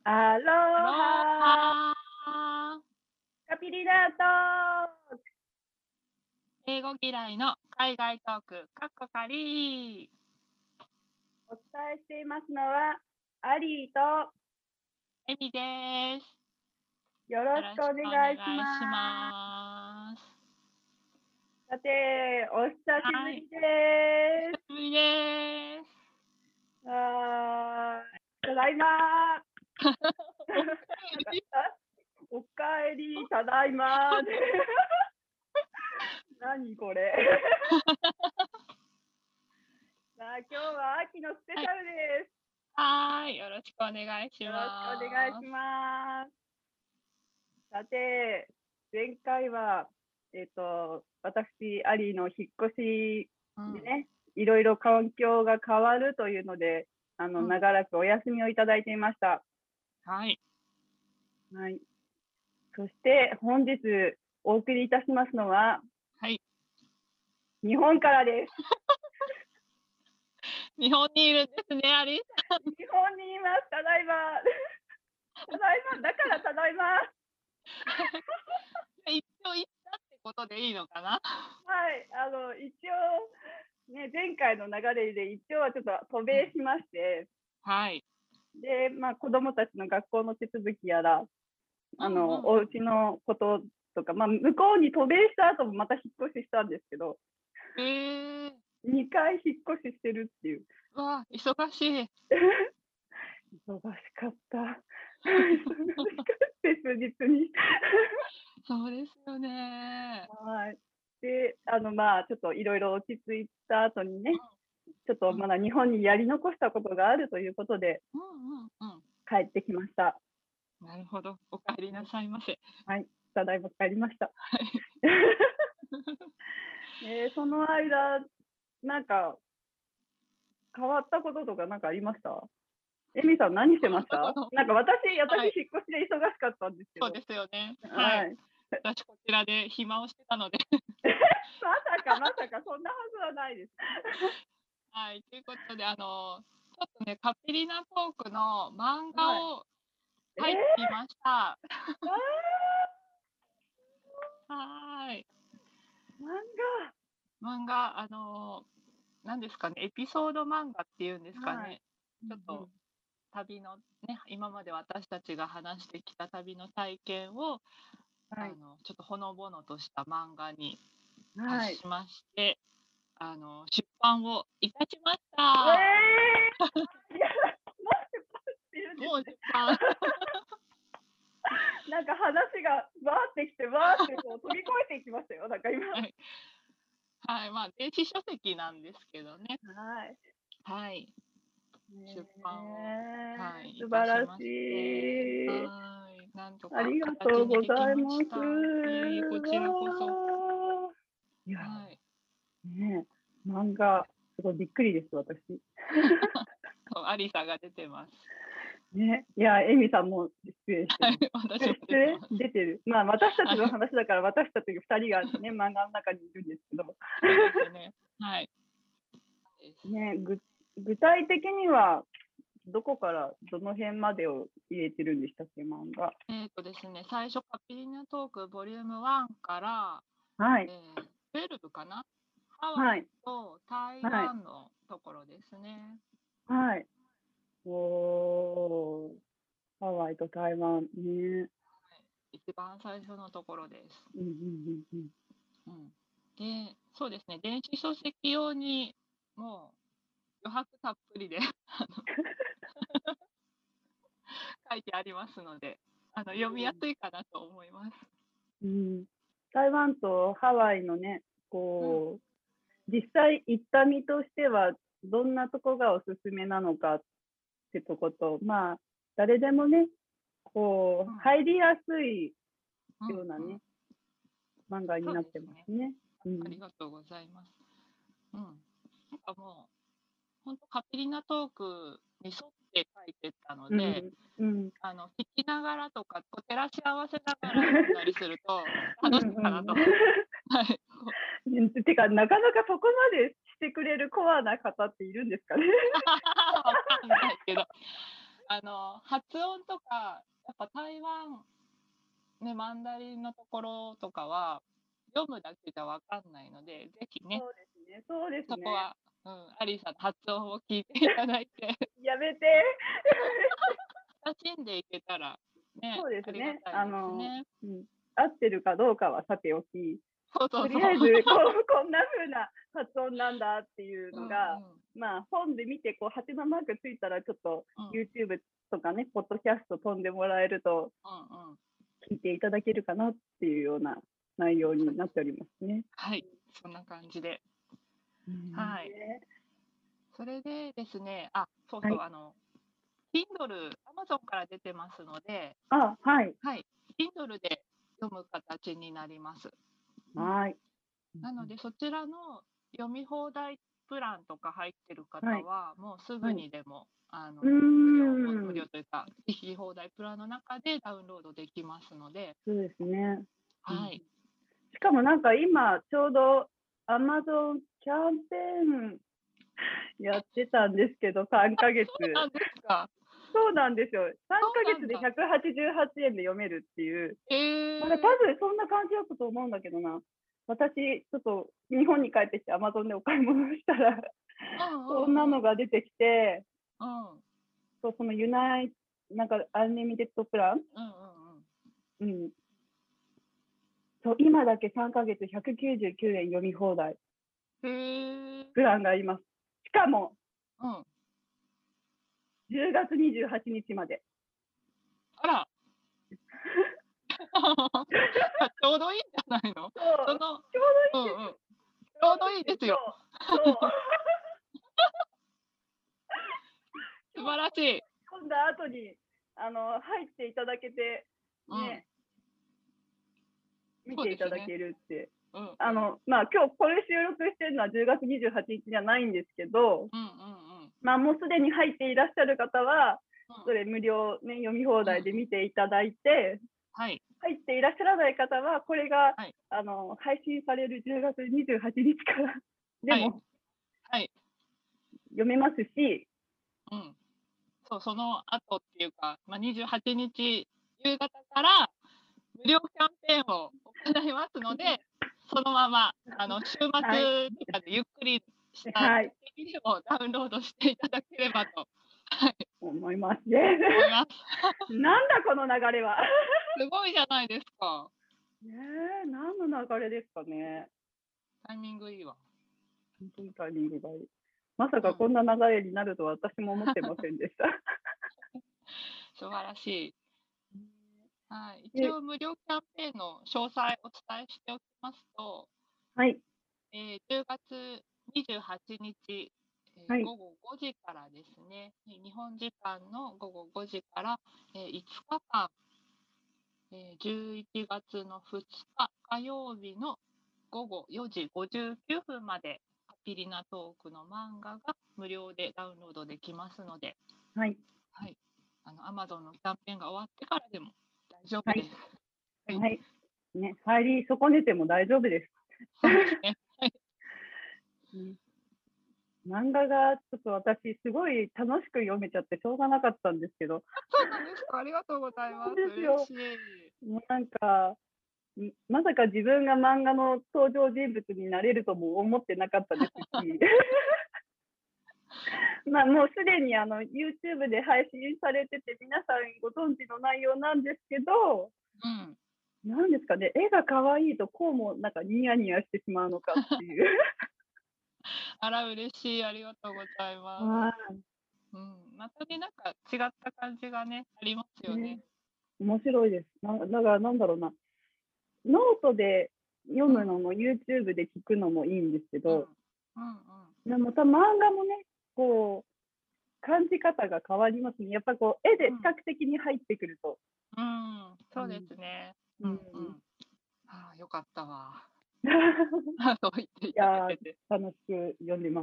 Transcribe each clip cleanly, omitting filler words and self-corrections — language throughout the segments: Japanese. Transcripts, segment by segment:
アロアロハハカピリナトーク英語嫌いの海外トーク、カッコカリお伝えしていますのはアリーとエミです。 よろよしくおろしくお願いし願いします。 ます。 さて、お久しぶはい、 りで久しぶりです。 す。ただいまおかなんかえり。 おかえり、ただいま何これさあ、今日は秋のスペシはい、 ャルです。 よろしくお願いしよろしくお願いします。 ます。さて、前回は、私、アリーの引っ越しうん、 でね、いろいろ環境が変わるというので、 うん、 長らくお休みをいただいていました。 はい、 はい。そして、本日お送りいたしますのは、 はい。 日本からです。 日本にいるんですね、アリさん。 日本にいます。ただいま。ただいま。だからただいま。 一応行ったってことでいいのかな。 はい。一応、ね、前回の流れで一応はちょっと渡米しまして、 はい。 で、子供たちの学校の手続きやら、お家のこととか、向こうに渡米した後もまた引っ越ししたんですけど、 えー、 2回引っ越ししてるっていう。 わあ、忙しい。 忙しかった。忙しかった、切実に。 そうですよね。 はい。で、ちょっといろいろ落ち着いた後にね、ちょっとまだ日本にやり残したことがあるということで、帰ってきました。 なるほど。お帰りなさいませ。 はい。ただいま帰りました。 はい。 その間、なんか変わったこととかなんかありました？エミさん何してました？なんか私引っはい。 越しで忙しかったんですけど。 そうですよね。はい。 はい。 私こちらで暇をしてたので。 まさか、そんなはずはないです。 はい。ということで、ちょっとね、カピリナトークの漫画はい。 をえ描いてみました。 ー、 はい。 漫漫画、何ですかね、エピソード漫画っていうんです画。はい。 かね。ちょっと旅のね、今まで私たちが話してきた旅の体験を、 はい。 ちょっとほのぼのとした漫画に化はい。 しまして、出版をいたしましえた。 いや、もう出版してるんでもうすね。 出版。 なんか話がわーってきて、わーってこう飛び越えていきましたよ。なんか今。 はい。はい。まあ、電子書籍なんですけどね。 はい。 はい。出版を、はい、い素た晴らししまして、 い。 はい。なんとあかりがとうご形にできざいます。 ました。いえいえ、こちらこそ。 いや、 はい。 ね漫画、すごいびっくりです、私。 そう、アリサが出てます。 ね、いや、エミさんも出演してはい、 ます。 私も出てます。 出てる。私たちのはい。 話だから、私たち2人がね、漫画の中にいるんですけど。 そうですね。はい。です。 ね、具体的には、どこからどの辺までを入れてるんでしたっけ、漫画。 ですね、最初カピリナトークボリューム1から、 はい。 12かな、ハワイはい。 と台はい。 湾のところですね。 はい。おー、ハワイと台湾ね。 はい、一番最初のところです。 うんうんうんうん、で、そうですね、電子書籍用にもう余白たっぷりで書いてありますので、読みやすいかなと思います。 うん。台湾とハワイのね、 うん、 こう、実際行った身としては、どんなとこがおすすめなのかってとこと、誰でもね、こう、 うん、 入りやすいうん、うん。 ようなね、漫画にそうなってですね。 ますね。うあん。 りがとうございます。うん。なんかもう、本当カピリナトークに沿って書いてったのうん。 で、 うん。 聞きながらとか、こう照らし合わせながら読んだりするとうん楽しいかなうん。 と。はい。 てか、なかなかそこまでしてくれるコアな方っているんですかね。 わかんないけど。 発音とか、やっぱ台湾、ね、マンダリンのところとかは、読むだけじゃわかんないので、ぜひね、 そうですね。そうですね。 そこは、アリさんの発音を聞いていただいて、 やめて。 親しんでいけたら、ね、 そうであすね。 りがたいですね。 合ってるかどうかはさておき、 そうそうそう。 とりあえずこんな風な発音なんだっていうのが、まあ本で見てハテナマークついたらちょっと YouTube とかね、ポッドキャスト飛んでもらえると聞いていただけるかなっていうような内容になっておりますね。 はい、そんな感じで。はい。それでですね、そうそう、Kindle、Amazon から出てますので、 はい。 Kindle で読む形になります。 はい。 なので、そちらの読み放題プランとか入ってる方は、もうすぐにでも、無料というか、聞き放題プランの中でダウンロードできますので。 そうですね。 はい。 しかもなんか今、ちょうど Amazon キャンペーンやってたんですけど、3ヶ月。 そうなんですか。 そうなんですよ。3ヶ月で188円で読めるっていう。多分そんな感じだったと思うんだけどな。私、ちょっと日本に帰ってきて Amazon でお買い物したら、そんなのが出てきて、そのなんかアンリミテッドプラン、そう今だけ3ヶ月199円読み放題プランがあります。しかも、10月28日まで。 あらちょうどいいんじゃないの？ ちょうどいいです。 ちょうどいいですよ。素晴らしい。 読んだ後に入っていただけてね、見ていただけるって。まあ今日これ収録してるのは10月28日じゃないんですけど、まあもうすでに入っていらっしゃる方は、それ無料ね、読み放題で見ていただいて、入っていらっしゃらない方は、これが、配信される10月28日からでも、読めますし、 そう、その後っていうか、28日夕方から無料キャンペーンを行いますので、そのまま週末とかでゆっくりした時にもダウンロードしていただければと、 思いますね。なんだこの流れは。 すごいじゃないですか。 何の流れですかね。 タイミングいいわ。 本当にタイミングがいい。まさかこんな流れになるとは私も思ってませんでした。 素晴らしい。一応無料キャンペーンの詳細お伝えしておきますと、10月28日、午後5時からですね、日本時間の午後5時から、5日間、11月の2日火曜日の午後4時59分まで、カピリナトークの漫画が無料でダウンロードできますので、Amazon のキャンペーンが終わってからでも大丈夫です。 ね、入り損ねても大丈夫です。 そうですね。 漫画がちょっと私すごい楽しく読めちゃってしょうがなかったんですけど。 そうなんですか。ありがとうございます。嬉しい。 もうなんかまさか自分が漫画の登場人物になれるとも思ってなかったですし。まあもうすでにYouTube で配信されてて皆さんご存知の内容なんですけど、なんですかね、絵が可愛いとこうもなんかニヤニヤしてしまうのかっていう。 あら嬉しい、ありがとうございます。またね、なんか違った感じがね、ありますよね。 面白いです。だからなんだろうな、ノートで読むのも YouTube で聞くのもいいんですけど、また漫画もね、こう感じ方が変わりますね。やっぱこう絵で視覚的に入ってくると。 そうですね。よかったわ。そう言っていただけて。 楽しく読んでます。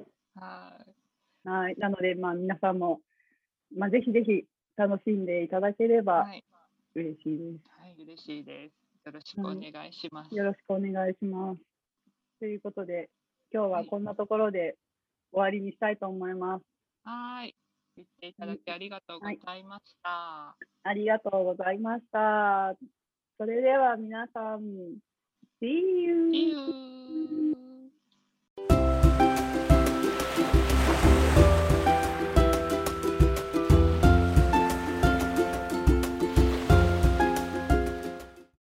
はい。なのでまあ皆さんもぜひぜひ楽しんでいただければ嬉しいです。 嬉しいです。よろしくお願いします。 よろしくお願いします。ということで今日はこんなところで終わりにしたいと思います。 はい。 言っていただきありがとうございました。 はい、ありがとうございました。それでは皆さん、See you!